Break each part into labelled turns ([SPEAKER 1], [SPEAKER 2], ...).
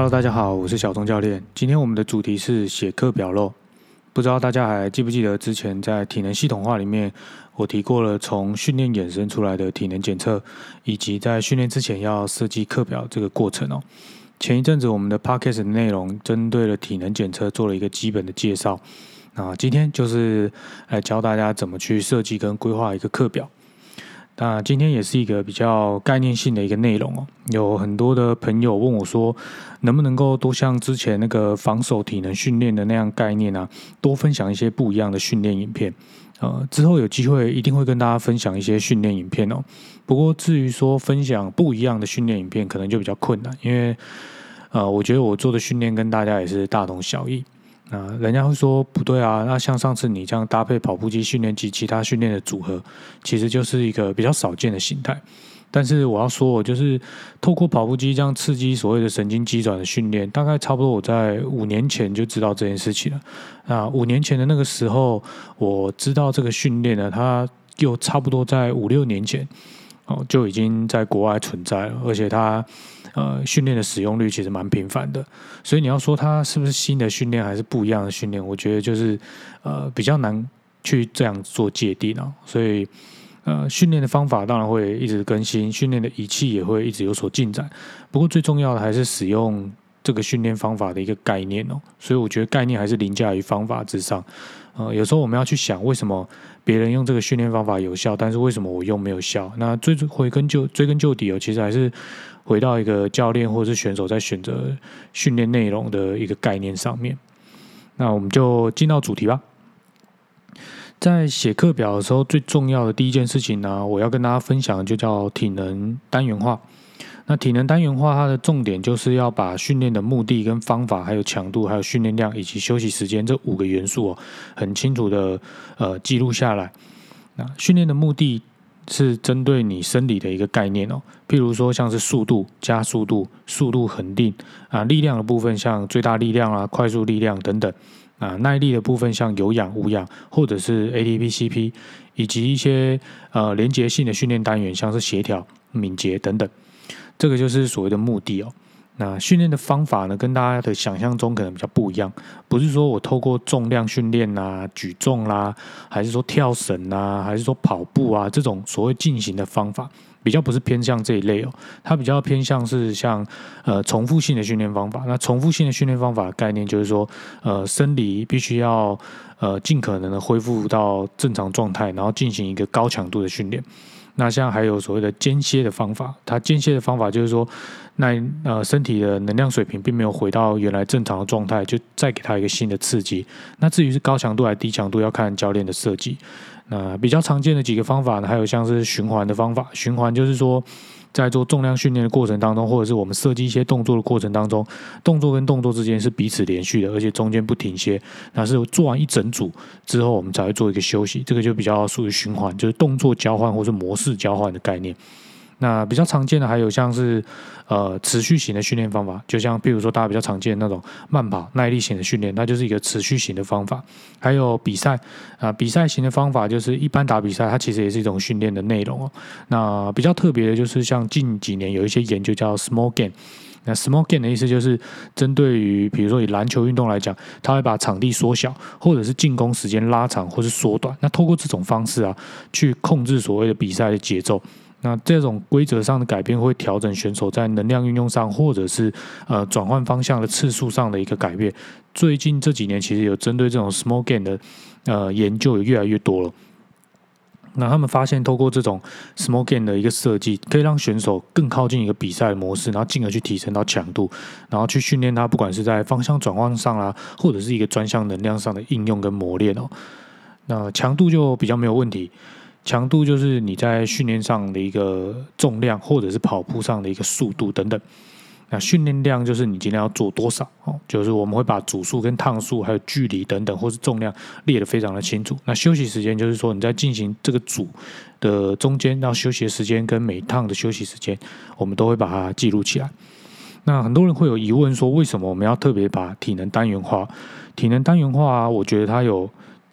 [SPEAKER 1] Hello， 大家好，我是小钟教练。今天我们的主题是写课表咯。不知道大家还记不记得之前在体能系统化里面，我提过了从训练衍生出来的体能检测，以及在训练之前要设计课表这个过程哦。前一阵子我们的 Podcast 的内容针对了体能检测做了一个基本的介绍，那今天就是来教大家怎么去设计跟规划一个课表。那今天也是一个比较概念性的一个内容哦，有很多的朋友问我说，能不能够多像之前那个防守体能训练的那样概念啊，多分享一些不一样的训练影片。之后有机会一定会跟大家分享一些训练影片哦。不过至于说分享不一样的训练影片，可能就比较困难，因为我觉得我做的训练跟大家也是大同小异。人家会说不对啊，那像上次你这样搭配跑步机训练及其他训练的组合，其实就是一个比较少见的形态。但是我要说，我就是透过跑步机这样刺激所谓的神经机转的训练，大概差不多我在5年前就知道这件事情了。5年前的那个时候，我知道这个训练呢，它又差不多在5、6年前就已经在国外存在了，而且它训练的使用率其实蛮频繁的，所以你要说它是不是新的训练还是不一样的训练，我觉得就是比较难去这样做界定哦。所以训练的方法当然会一直更新，训练的仪器也会一直有所进展。不过最重要的还是使用这个训练方法的一个概念哦。所以我觉得概念还是凌驾于方法之上。有时候我们要去想，为什么别人用这个训练方法有效，但是为什么我用没有效？那追根究底其实还是回到一个教练或者是选手在选择训练内容的一个概念上面。那我们就进到主题吧。在写课表的时候，最重要的第一件事情呢，我要跟大家分享的就叫体能单元化。那体能单元化它的重点就是要把训练的目的跟方法，还有强度，还有训练量以及休息时间这5个元素很清楚的记录下来。那训练的目的是针对你生理的一个概念譬如说像是速度、加速度、速度恒定力量的部分像最大力量快速力量等等耐力的部分像有氧、无氧或者是 ATP、CP， 以及一些连结性的训练单元像是协调、敏捷等等。这个就是所谓的目的那训练的方法呢，跟大家的想象中可能比较不一样，不是说我透过重量训练举重啦，还是说跳绳还是说跑步这种所谓进行的方法，比较不是偏向这一类它比较偏向是像重复性的训练方法。那重复性的训练方法的概念就是说，生理必须要尽可能的恢复到正常状态，然后进行一个高强度的训练。那像还有所谓的间歇的方法，它间歇的方法就是说，身体的能量水平并没有回到原来正常的状态，就再给它一个新的刺激。那至于是高强度还是低强度，要看教练的设计。那比较常见的几个方法呢，还有像是循环的方法。循环就是说，在做重量训练的过程当中，或者是我们设计一些动作的过程当中，动作跟动作之间是彼此连续的，而且中间不停歇。那是做完一整组之后，我们才会做一个休息，这个就比较属于循环，就是动作交换或是模式交换的概念。那比较常见的还有像是持续型的训练方法，就像比如说大家比较常见的那种慢跑耐力型的训练，那就是一个持续型的方法。还有比赛比赛型的方法就是一般打比赛，它其实也是一种训练的内容那比较特别的就是像近几年有一些研究叫 small game。那 small game 的意思就是针对于比如说以篮球运动来讲，它会把场地缩小，或者是进攻时间拉长或是缩短。那透过这种方式去控制所谓的比赛的节奏。那这种规则上的改变会调整选手在能量运用上，或者是转换方向的次数上的一个改变。最近这几年其实有针对这种 small game 的研究也越来越多了。那他们发现透过这种 small game 的一个设计，可以让选手更靠近一个比赛的模式，然后进而去提升到强度，然后去训练他不管是在方向转换上或者是一个专项能量上的应用跟磨练那强度就比较没有问题。强度就是你在训练上的一个重量，或者是跑步上的一个速度等等。那训练量就是你今天要做多少就是我们会把组数跟趟数还有距离等等或是重量列得非常的清楚。那休息时间就是说你在进行这个组的中间要休息的时间跟每趟的休息时间，我们都会把它记录起来。那很多人会有疑问说，为什么我们要特别把体能单元化？体能单元化我觉得它有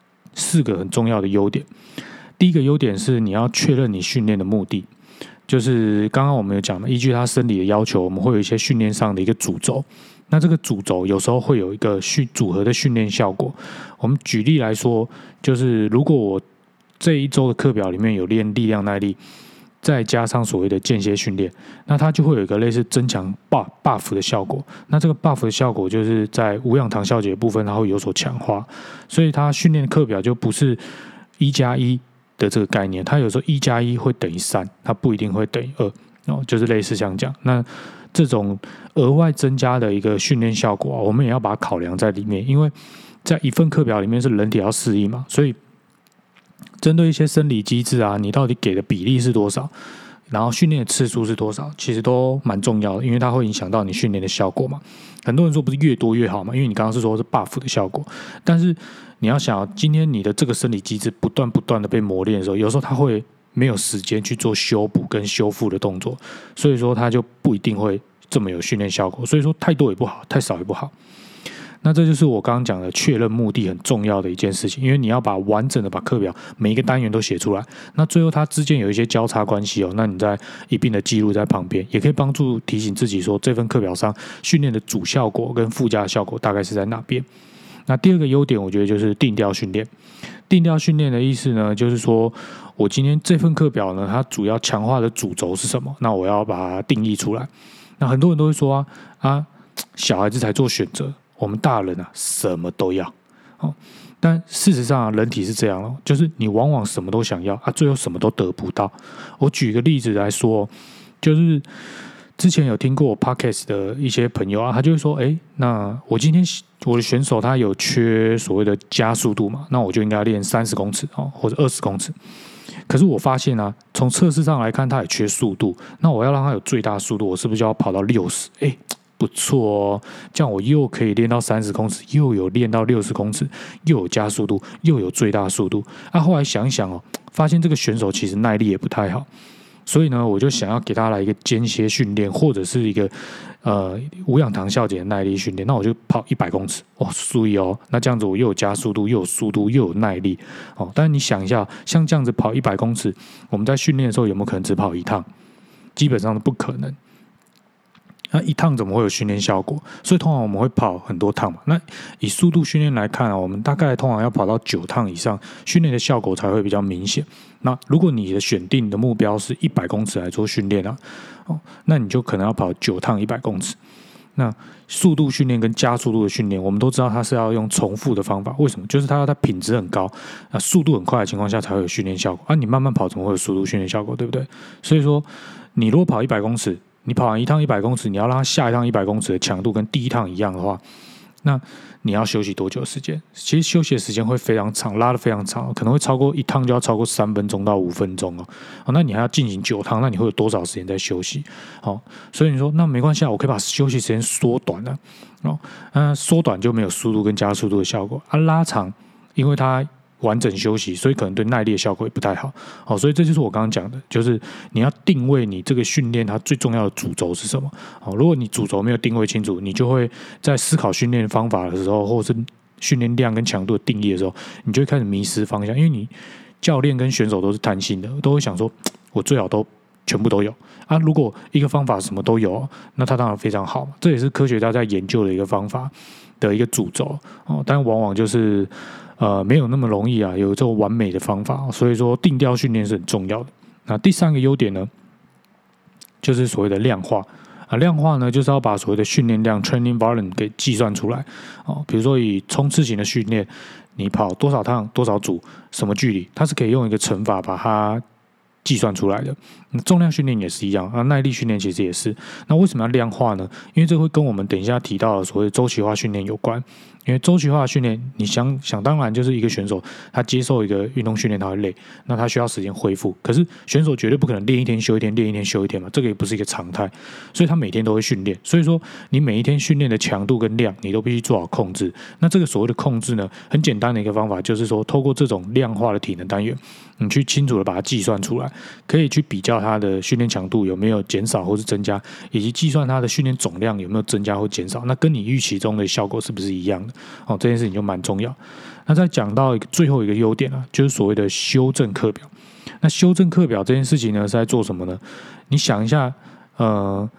[SPEAKER 1] 4个很重要的优点。第一个优点是你要确认你训练的目的，就是刚刚我们有讲的，依据它生理的要求，我们会有一些训练上的一个主轴。 那这个主轴有时候会有一个组合的训练效果。我们举例来说，就是如果我这一周的课表里面有练力量耐力，再加上所谓的间歇训练，那它就会有一个类似增强 buff 的效果。那这个 buff 的效果就是在无氧糖酵解的部分它会有所强化，所以它训练的课表就不是1+1的这个概念，它有时候1+1会等于3，它不一定会等于2，就是类似像这样。那这种额外增加的一个训练效果我们也要把它考量在里面，因为在一份课表里面是人体要适应嘛，所以针对一些生理机制啊，你到底给的比例是多少，然后训练的次数是多少，其实都蛮重要的，因为它会影响到你训练的效果嘛。很多人说不是越多越好嘛，因为你刚刚是说是 buff 的效果，但是你要想，今天你的这个生理机制不断的被磨练的时候，有时候它会没有时间去做修补跟修复的动作，所以说它就不一定会这么有训练效果。所以说太多也不好，太少也不好。那这就是我刚刚讲的确认目的很重要的一件事情，因为你要把完整的把课表每一个单元都写出来，那最后它之间有一些交叉关系那你在一并的记录在旁边，也可以帮助提醒自己说这份课表上训练的主效果跟附加效果大概是在哪边。那第二个优点我觉得就是定调训练。定调训练的意思呢，就是说我今天这份课表呢，它主要强化的主轴是什么，那我要把它定义出来。那很多人都会说小孩子才做选择，我们大人什么都要但事实上人体是这样就是你往往什么都想要最后什么都得不到。我举一个例子来说，就是之前有听过我 podcast 的一些朋友他就会说那我今天我的选手他有缺所谓的加速度嘛，那我就应该练30公尺或者20公尺。可是我发现从测试上来看他也缺速度，那我要让他有最大速度，我是不是就要跑到60？不错这样我又可以练到30公尺，又有练到60公尺，又有加速度，又有最大速度。后来想一想发现这个选手其实耐力也不太好，所以呢，我就想要给他来一个间歇训练，或者是一个无氧糖酵解的耐力训练。那我就跑100公尺，所以那这样子我又有加速度，又有速度，又有耐力但是你想一下，像这样子跑100公尺，我们在训练的时候有没有可能只跑一趟？基本上是不可能。那一趟怎么会有训练效果？所以通常我们会跑很多趟嘛。那以速度训练来看我们大概通常要跑到9趟以上，训练的效果才会比较明显。那如果你的选定的目标是100公尺来做训练那你就可能要跑9趟100公尺。那速度训练跟加速度的训练，我们都知道它是要用重复的方法。为什么？就是它品质很高，速度很快的情况下才会有训练效果。你慢慢跑怎么会有速度训练效果？对不对？所以说，你如果跑100公尺，你跑完一趟100公尺，你要让它下一趟100公尺的强度跟第一趟一样的话，那你要休息多久的时间？其实休息的时间会非常长，拉得非常长，可能会超过一趟就要超过3分钟到5分钟那你还要进行9趟，那你会有多少时间在休息？所以你说那没关系我可以把休息时间缩短了缩短就没有速度跟加速度的效果拉长，因为它完整休息，所以可能对耐力的效果也不太好所以这就是我刚刚讲的，就是你要定位你这个训练它最重要的主轴是什么如果你主轴没有定位清楚，你就会在思考训练方法的时候，或者是训练量跟强度的定义的时候，你就会开始迷失方向。因为你教练跟选手都是贪心的，都会想说我最好都全部都有如果一个方法什么都有，那它当然非常好，这也是科学家在研究的一个方法的一个主轴但往往就是没有那么容易有这种完美的方法，所以说定调训练是很重要的。那第3个优点呢，就是所谓的量化量化呢，就是要把所谓的训练量 training volume 给计算出来比如说以冲刺型的训练，你跑多少趟多少组什么距离，它是可以用一个乘法把它计算出来的。重量训练也是一样耐力训练其实也是。那为什么要量化呢？因为这会跟我们等一下提到的所谓周期化训练有关。因为周期化训练，你想当然就是一个选手他接受一个运动训练他会累，那他需要时间恢复。可是选手绝对不可能练一天休一天，练一天休一天嘛，这个也不是一个常态，所以他每天都会训练。所以说你每一天训练的强度跟量，你都必须做好控制。那这个所谓的控制呢，很简单的一个方法就是说，透过这种量化的体能单元，你去清楚的把它计算出来，可以去比较它的训练强度有没有减少或是增加，以及计算它的训练总量有没有增加或减少，那跟你预期中的效果是不是一样的这件事情就蛮重要。那再讲到最后一个优点就是所谓的修正课表。那修正课表这件事情呢是在做什么呢？你想一下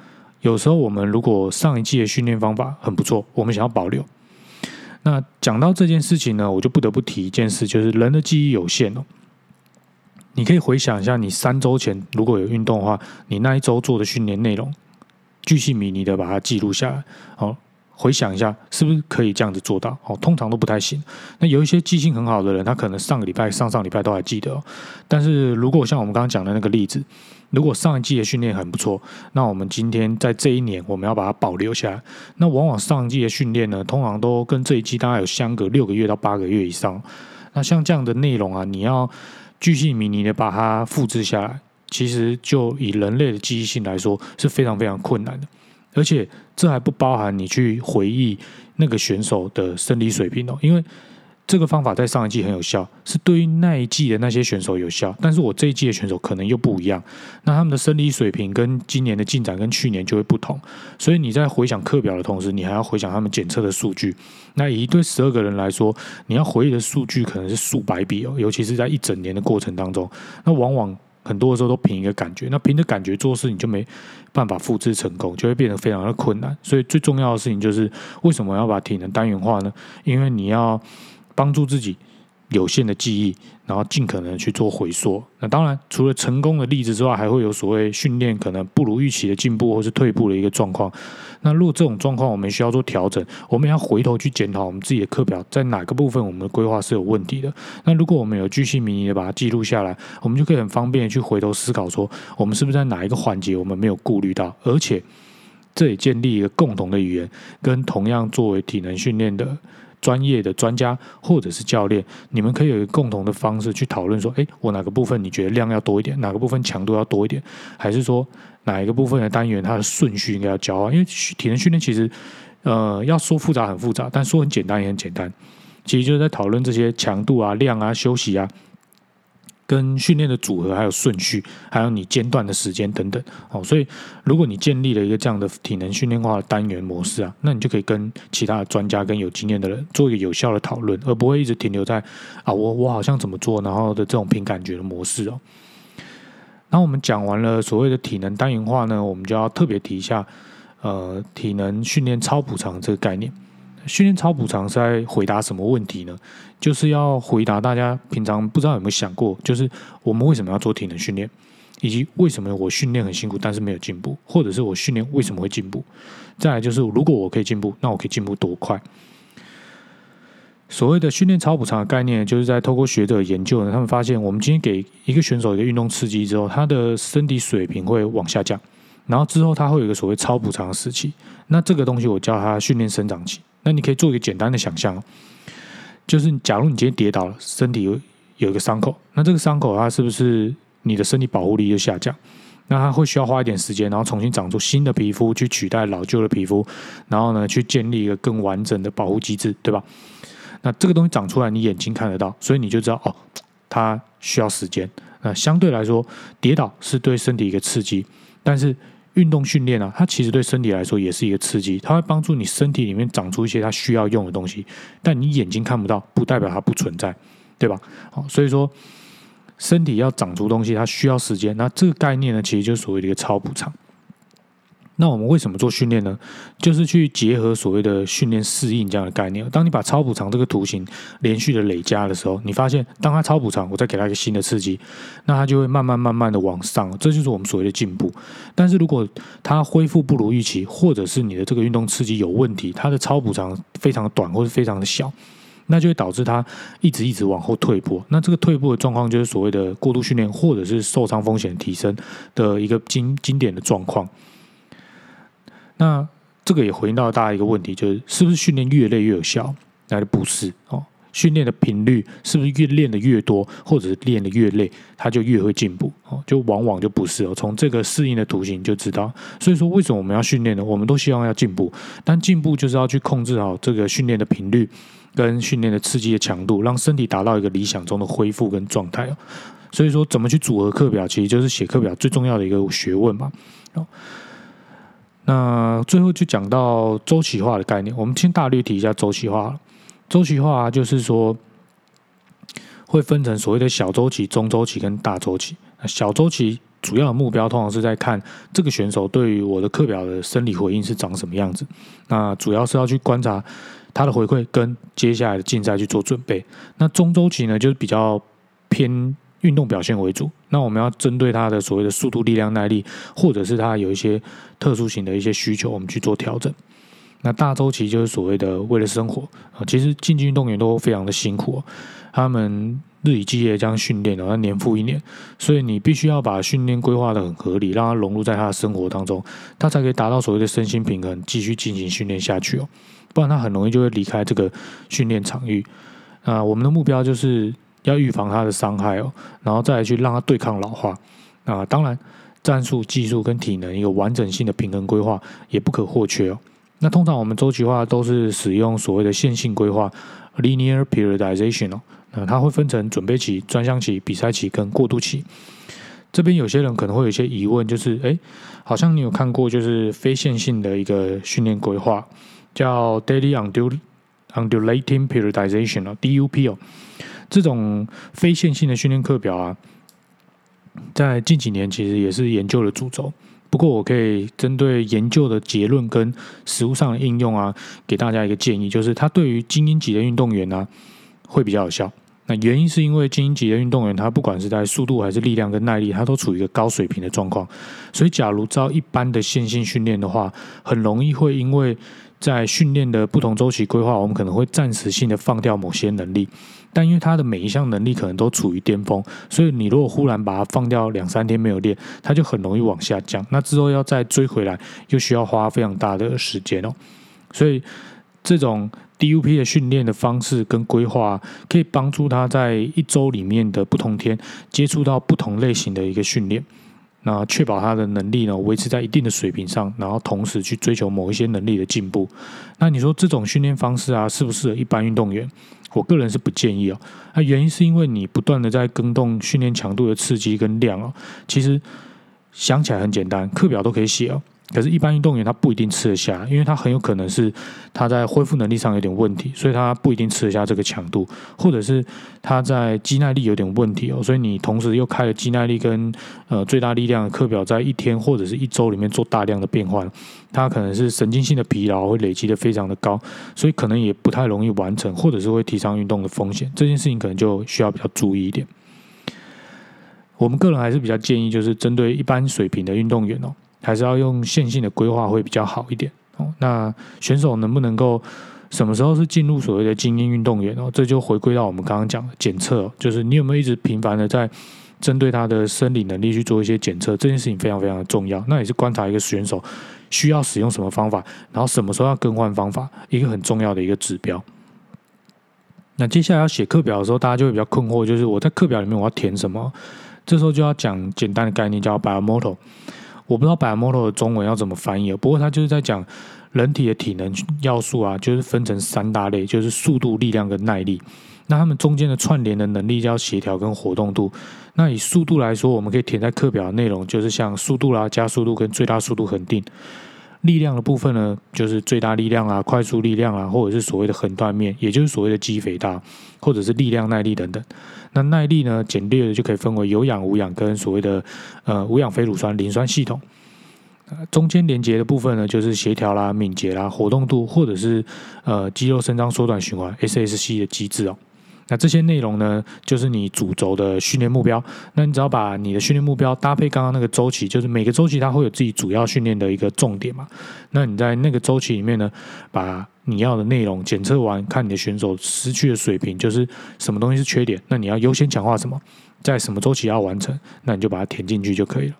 [SPEAKER 1] 有时候我们如果上一季的训练方法很不错，我们想要保留。那讲到这件事情呢，我就不得不提一件事，就是人的记忆有限哦。你可以回想一下，你3周前如果有运动的话，你那一周做的训练内容，巨细靡遗的把它记录下来，回想一下，是不是可以这样子做到？通常都不太行。那有一些记性很好的人，他可能上个礼拜、上礼拜都还记得但是如果像我们刚刚讲的那个例子，如果上一季的训练很不错，那我们今天在这一年我们要把它保留下来。那往往上一季的训练呢，通常都跟这一季大概有相隔6个月到8个月以上。那像这样的内容啊，你要巨细靡遗的把它复制下来，其实就以人类的记忆性来说是非常非常困难的。而且这还不包含你去回忆那个选手的生理水平因为这个方法在上一季很有效，是对于那一季的那些选手有效，但是我这一季的选手可能又不一样，那他们的生理水平跟今年的进展跟去年就会不同，所以你在回想课表的同时，你还要回想他们检测的数据。那以一对12个人来说，你要回忆的数据可能是数百笔尤其是在一整年的过程当中，那往往很多的时候都凭一个感觉，那凭着感觉做事你就没办法复制成功，就会变得非常的困难。所以最重要的事情就是为什么要把体能单元化呢？因为你要帮助自己有限的记忆，然后尽可能去做回溯。那当然除了成功的例子之外，还会有所谓训练可能不如预期的进步或是退步的一个状况。那如果这种状况我们需要做调整，我们要回头去检讨我们自己的课表在哪个部分我们的规划是有问题的。那如果我们有巨细靡遗的把它记录下来，我们就可以很方便的去回头思考说，我们是不是在哪一个环节我们没有顾虑到，而且这也建立一个共同的语言，跟同样作为体能训练的专业的专家或者是教练，你们可以有一个共同的方式去讨论说，我哪个部分你觉得量要多一点，哪个部分强度要多一点，还是说哪一个部分的单元它的顺序应该要教啊？因为体能训练其实要说复杂很复杂，但说很简单也很简单，其实就是在讨论这些强度啊、量啊、休息啊，跟训练的组合，还有顺序，还有你间断的时间等等。所以如果你建立了一个这样的体能训练化的单元模式啊，那你就可以跟其他的专家跟有经验的人做一个有效的讨论，而不会一直停留在我好像怎么做，然后的这种凭感觉的模式那我们讲完了所谓的体能单元化呢，我们就要特别提一下体能训练超补偿这个概念。训练超补偿是在回答什么问题呢？就是要回答大家平常不知道有没有想过，就是我们为什么要做体能训练，以及为什么我训练很辛苦但是没有进步，或者是我训练为什么会进步。再来就是如果我可以进步，那我可以进步多快。所谓的训练超补偿的概念，就是在透过学者研究呢，他们发现我们今天给一个选手一个运动刺激之后，他的身体水平会往下降，然后之后他会有一个所谓超补偿的时期。那这个东西我叫它训练生长期。那你可以做一个简单的想象就是假如你今天跌倒了，身体有一个伤口，那这个伤口它是不是你的身体保护力就下降？那它会需要花一点时间，然后重新长出新的皮肤去取代老旧的皮肤，然后呢去建立一个更完整的保护机制，对吧？那这个东西长出来你眼睛看得到，所以你就知道它需要时间。那相对来说，跌倒是对身体一个刺激，但是运动训练它其实对身体来说也是一个刺激，它会帮助你身体里面长出一些它需要用的东西，但你眼睛看不到，不代表它不存在，对吧？所以说身体要长出东西，它需要时间。那这个概念呢，其实就是所谓的一个超补偿。那我们为什么做训练呢？就是去结合所谓的训练适应这样的概念。当你把超补偿这个图形连续的累加的时候，你发现当它超补偿，我再给它一个新的刺激，那它就会慢慢的往上，这就是我们所谓的进步。但是如果它恢复不如预期，或者是你的这个运动刺激有问题，它的超补偿非常的短或是非常的小，那就会导致它一直往后退步。那这个退步的状况就是所谓的过度训练或者是受伤风险提升的一个经典的状况。那这个也回应到大家一个问题，就是是不是训练越累越有效？那就不是训练的频率是不是越练的越多，或者是练的越累，它就越会进步？就往往就不是从这个适应的图形就知道。所以说，为什么我们要训练呢？我们都希望要进步，但进步就是要去控制好这个训练的频率跟训练的刺激的强度，让身体达到一个理想中的恢复跟状态。所以说，怎么去组合课表，其实就是写课表最重要的一个学问嘛。那最后就讲到周期化的概念，我们先大略提一下周期化。周期化就是说会分成所谓的小周期、中周期跟大周期。小周期主要的目标通常是在看这个选手对于我的课表的生理回应是长什么样子。那主要是要去观察他的回馈跟接下来的竞赛去做准备。那中周期呢，就是比较偏运动表现为主。那我们要针对他的所谓的速度、力量、耐力，或者是他有一些特殊型的一些需求，我们去做调整。那大周期就是所谓的为了生活其实竞技运动员都非常的辛苦他们日以继夜这样训练要年复一年，所以你必须要把训练规划的很合理，让它融入在他的生活当中，他才可以达到所谓的身心平衡，继续进行训练下去不然他很容易就会离开这个训练场域。我们的目标就是要预防他的伤害然后再来去让他对抗老化当然战术、技术跟体能一个完整性的平衡规划也不可或缺那通常我们周期化都是使用所谓的线性规划 （linear periodization） 它会分成准备期、专项期、比赛期跟过渡期。这边有些人可能会有一些疑问，就是好像你有看过就是非线性的一个训练规划，叫 Daily Undulating Periodization DUP 这种非线性的训练课表在近几年其实也是研究的主轴。不过我可以针对研究的结论跟实务上的应用给大家一个建议，就是它对于精英级的运动员会比较有效。那原因是因为精英级的运动员，他不管是在速度还是力量跟耐力，他都处于一个高水平的状况。所以假如照一般的线性训练的话，很容易会因为在训练的不同周期规划，我们可能会暂时性的放掉某些能力，但因为他的每一项能力可能都处于巅峰，所以你如果忽然把它放掉2-3天没有练，它就很容易往下降。那之后要再追回来，又需要花非常大的时间所以这种 DUP 的训练的方式跟规划，可以帮助他在一周里面的不同天接触到不同类型的一个训练。那确保他的能力呢维持在一定的水平上，然后同时去追求某一些能力的进步。那你说这种训练方式适不适合一般运动员？我个人是不建议原因是因为你不断的在更动训练强度的刺激跟量其实想起来很简单，课表都可以写可是一般运动员他不一定吃得下，因为他很有可能是他在恢复能力上有点问题，所以他不一定吃得下这个强度，或者是他在肌耐力有点问题所以你同时又开了肌耐力跟最大力量的课表，在一天或者是一周里面做大量的变换，他可能是神经性的疲劳会累积的非常的高，所以可能也不太容易完成，或者是会提倡运动的风险，这件事情可能就需要比较注意一点。我们个人还是比较建议，就是针对一般水平的运动员还是要用线性的规划会比较好一点那选手能不能够什么时候是进入所谓的精英运动员这就回归到我们刚刚讲的检测就是你有没有一直频繁的在针对他的生理能力去做一些检测，这件事情非常非常的重要。那也是观察一个选手需要使用什么方法，然后什么时候要更换方法，一个很重要的一个指标。那接下来要写课表的时候，大家就会比较困惑，就是我在课表里面我要填什么？这时候就要讲简单的概念叫 biomotor。我不知道 biomotor 的中文要怎么翻译不过它就是在讲人体的体能要素就是分成3大类，就是速度、力量跟耐力。那他们中间的串联的能力叫协调跟活动度。那以速度来说，我们可以填在课表的内容，就是像速度啦、加速度跟最大速度恒定。力量的部分呢，就是最大力量快速力量或者是所谓的横断面，也就是所谓的肌肥大，或者是力量、耐力等等。那耐力呢，简略的就可以分为有氧、无氧跟所谓的无氧非乳酸磷酸系统。中间连接的部分呢，就是协调啦、敏捷啦、活动度，或者是肌肉伸张缩短循环 SSC 的机制那这些内容呢，就是你主轴的训练目标。那你只要把你的训练目标搭配刚刚那个周期，就是每个周期它会有自己主要训练的一个重点嘛。那你在那个周期里面呢，把你要的内容检测完，看你的选手失去的水平，就是什么东西是缺点，那你要优先强化什么，在什么周期要完成，那你就把它填进去就可以了。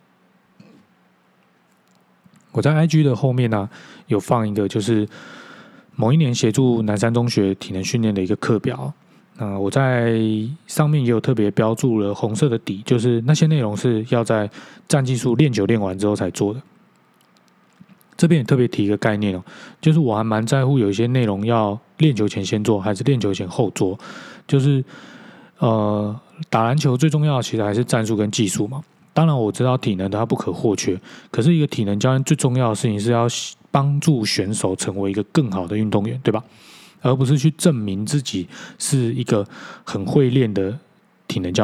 [SPEAKER 1] 我在 IG 的后面有放一个就是某一年协助南山中学体能训练的一个课表。我在上面也有特别标注了红色的底，就是那些内容是要在战技术练久练完之后才做的。这边也特别提一个概念就是我还蛮在乎有一些内容要练球前先做还是练球前后做。就是打篮球最重要的其实还是战术跟技术嘛。当然我知道体能它不可或缺，可是一个体能教练最重要的事情是要帮助选手成为一个更好的运动员，对吧？而不是去证明自己是一个很会练的体能教练。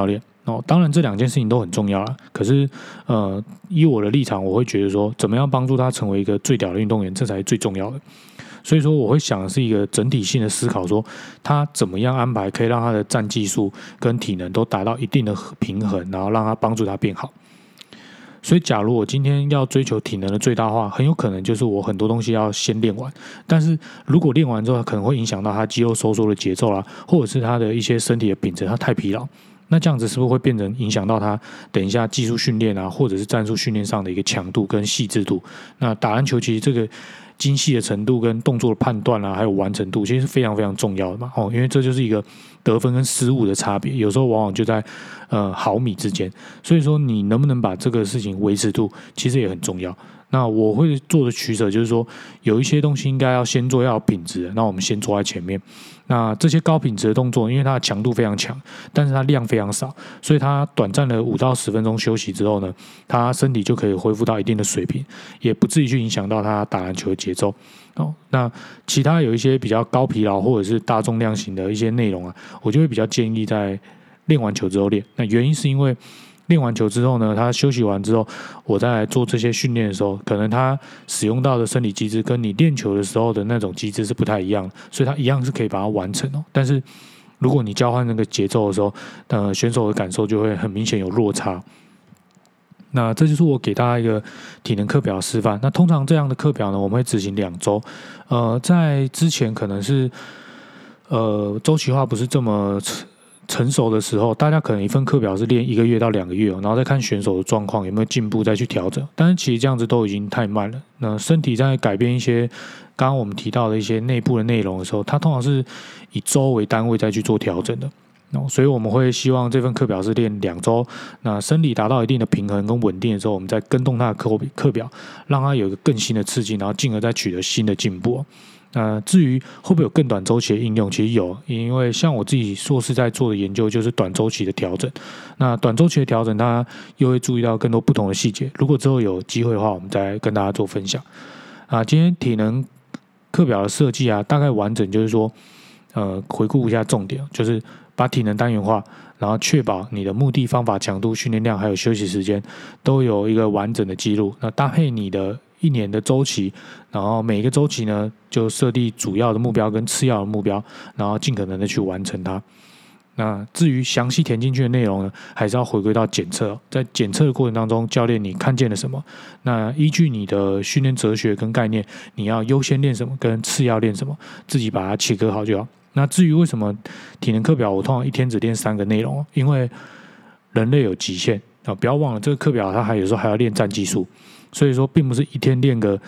[SPEAKER 1] 当然这2件事情都很重要啦，可是以我的立场，我会觉得说，怎么样帮助他成为一个最屌的运动员，这才是最重要的。所以说，我会想的是一个整体性的思考，说他怎么样安排，可以让他的战技术跟体能都达到一定的平衡，然后让他帮助他变好。所以，假如我今天要追求体能的最大化，很有可能就是我很多东西要先练完。但是如果练完之后，可能会影响到他肌肉收缩的节奏啦，或者是他的一些身体的品质，他太疲劳。那这样子是不是会变成影响到他等一下技术训练啊，或者是战术训练上的一个强度跟细致度？那打篮球其实这个精细的程度跟动作的判断啊，还有完成度，其实是非常非常重要的嘛。因为这就是一个得分跟失误的差别，有时候往往就在毫米之间。所以说，你能不能把这个事情维持住，其实也很重要。那我会做的取舍就是说，有一些东西应该要先做，要有品质的，那我们先做在前面。那这些高品质的动作，因为它的强度非常强，但是它量非常少，所以它短暂的5到10分钟休息之后呢，他身体就可以恢复到一定的水平，也不至于去影响到他打篮球的节奏。那其他有一些比较高疲劳或者是大重量型的一些内容啊，我就会比较建议在练完球之后练。那原因是因为练完球之后呢，他休息完之后，我再来做这些训练的时候，可能他使用到的生理机制跟你练球的时候的那种机制是不太一样的，所以他一样是可以把它完成哦。但是如果你交换那个节奏的时候，选手的感受就会很明显有落差。那这就是我给大家一个体能课表示范。那通常这样的课表呢，我们会执行2周。在之前可能是周期化不是这么成熟的时候，大家可能一份课表是练1个月到2个月，然后再看选手的状况有没有进步再去调整。但是其实这样子都已经太慢了。那身体在改变一些刚刚我们提到的一些内部的内容的时候，它通常是以周为单位再去做调整的。所以我们会希望这份课表是练2周，那生理达到一定的平衡跟稳定的时候，我们再跟动它的课表，让它有一个更新的刺激，然后进而再取得新的进步。至于会不会有更短周期的应用，其实有，因为像我自己硕士在做的研究就是短周期的调整。那短周期的调整，大家又会注意到更多不同的细节。如果之后有机会的话，我们再跟大家做分享。今天体能课表的设计啊，大概完整就是说，回顾一下重点，就是把体能单元化，然后确保你的目的、方法、强度、训练量还有休息时间都有一个完整的记录。那搭配你的1年的周期，然后每一个周期呢，就设定主要的目标跟次要的目标，然后尽可能的去完成它。那至于详细填进去的内容呢，还是要回归到检测。在检测的过程当中，教练你看见了什么？那依据你的训练哲学跟概念，你要优先练什么，跟次要练什么，自己把它切割好就好。那至于为什么体能课表我通常1天只练3个内容，因为人类有极限啊，不要忘了这个课表它有时候还要练战技术，所以说并不是1天练个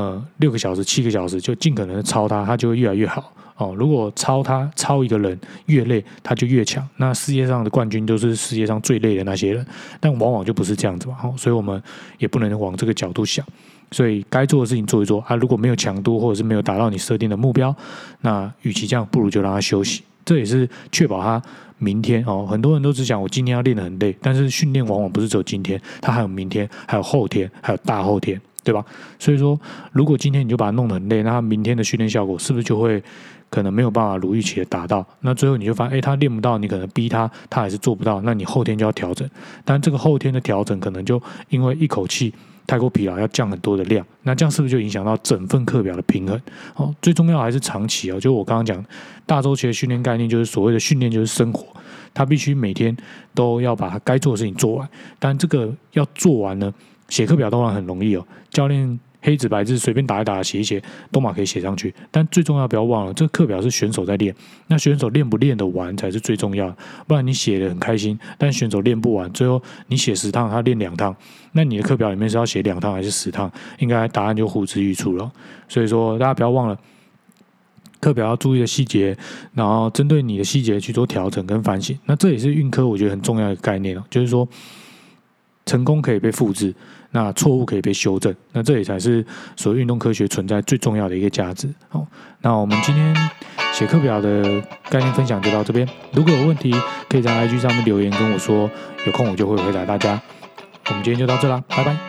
[SPEAKER 1] 6个小时、7个小时就尽可能的超它就会越来越好。如果超一个人越累，他就越强。那世界上的冠军都是世界上最累的那些人，但往往就不是这样子嘛。所以我们也不能往这个角度想。所以该做的事情做一做啊，如果没有强度或者是没有达到你设定的目标，那与其这样，不如就让他休息。这也是确保他明天很多人都只想我今天要练得很累，但是训练往往不是只有今天，他还有明天，还有后天，还有大后天，对吧？所以说，如果今天你就把它弄得很累，那他明天的训练效果是不是就会可能没有办法如预期的达到？那最后你就发现，他练不到，你可能逼他还是做不到，那你后天就要调整。但这个后天的调整可能就因为一口气太过疲劳，要降很多的量，那这样是不是就影响到整份课表的平衡？最重要还是长期就我刚刚讲大周期的训练概念，就是所谓的训练就是生活，他必须每天都要把他该做的事情做完。但这个要做完呢，写课表当然很容易教练黑纸白字随便打一打写一写都可以写上去，但最重要不要忘了，这个课表是选手在练，那选手练不练得完才是最重要的。不然你写得很开心，但选手练不完，最后你写10趟他练2趟，那你的课表里面是要写2趟还是10趟，应该答案就呼之欲出了。所以说大家不要忘了课表要注意的细节，然后针对你的细节去做调整跟反省。那这也是运科我觉得很重要的概念就是说成功可以被复制，那错误可以被修正，那这也才是所谓运动科学存在最重要的一个价值。那我们今天写课表的概念分享就到这边，如果有问题可以在 IG 上面留言跟我说，有空我就会回答大家。我们今天就到这啦，拜拜。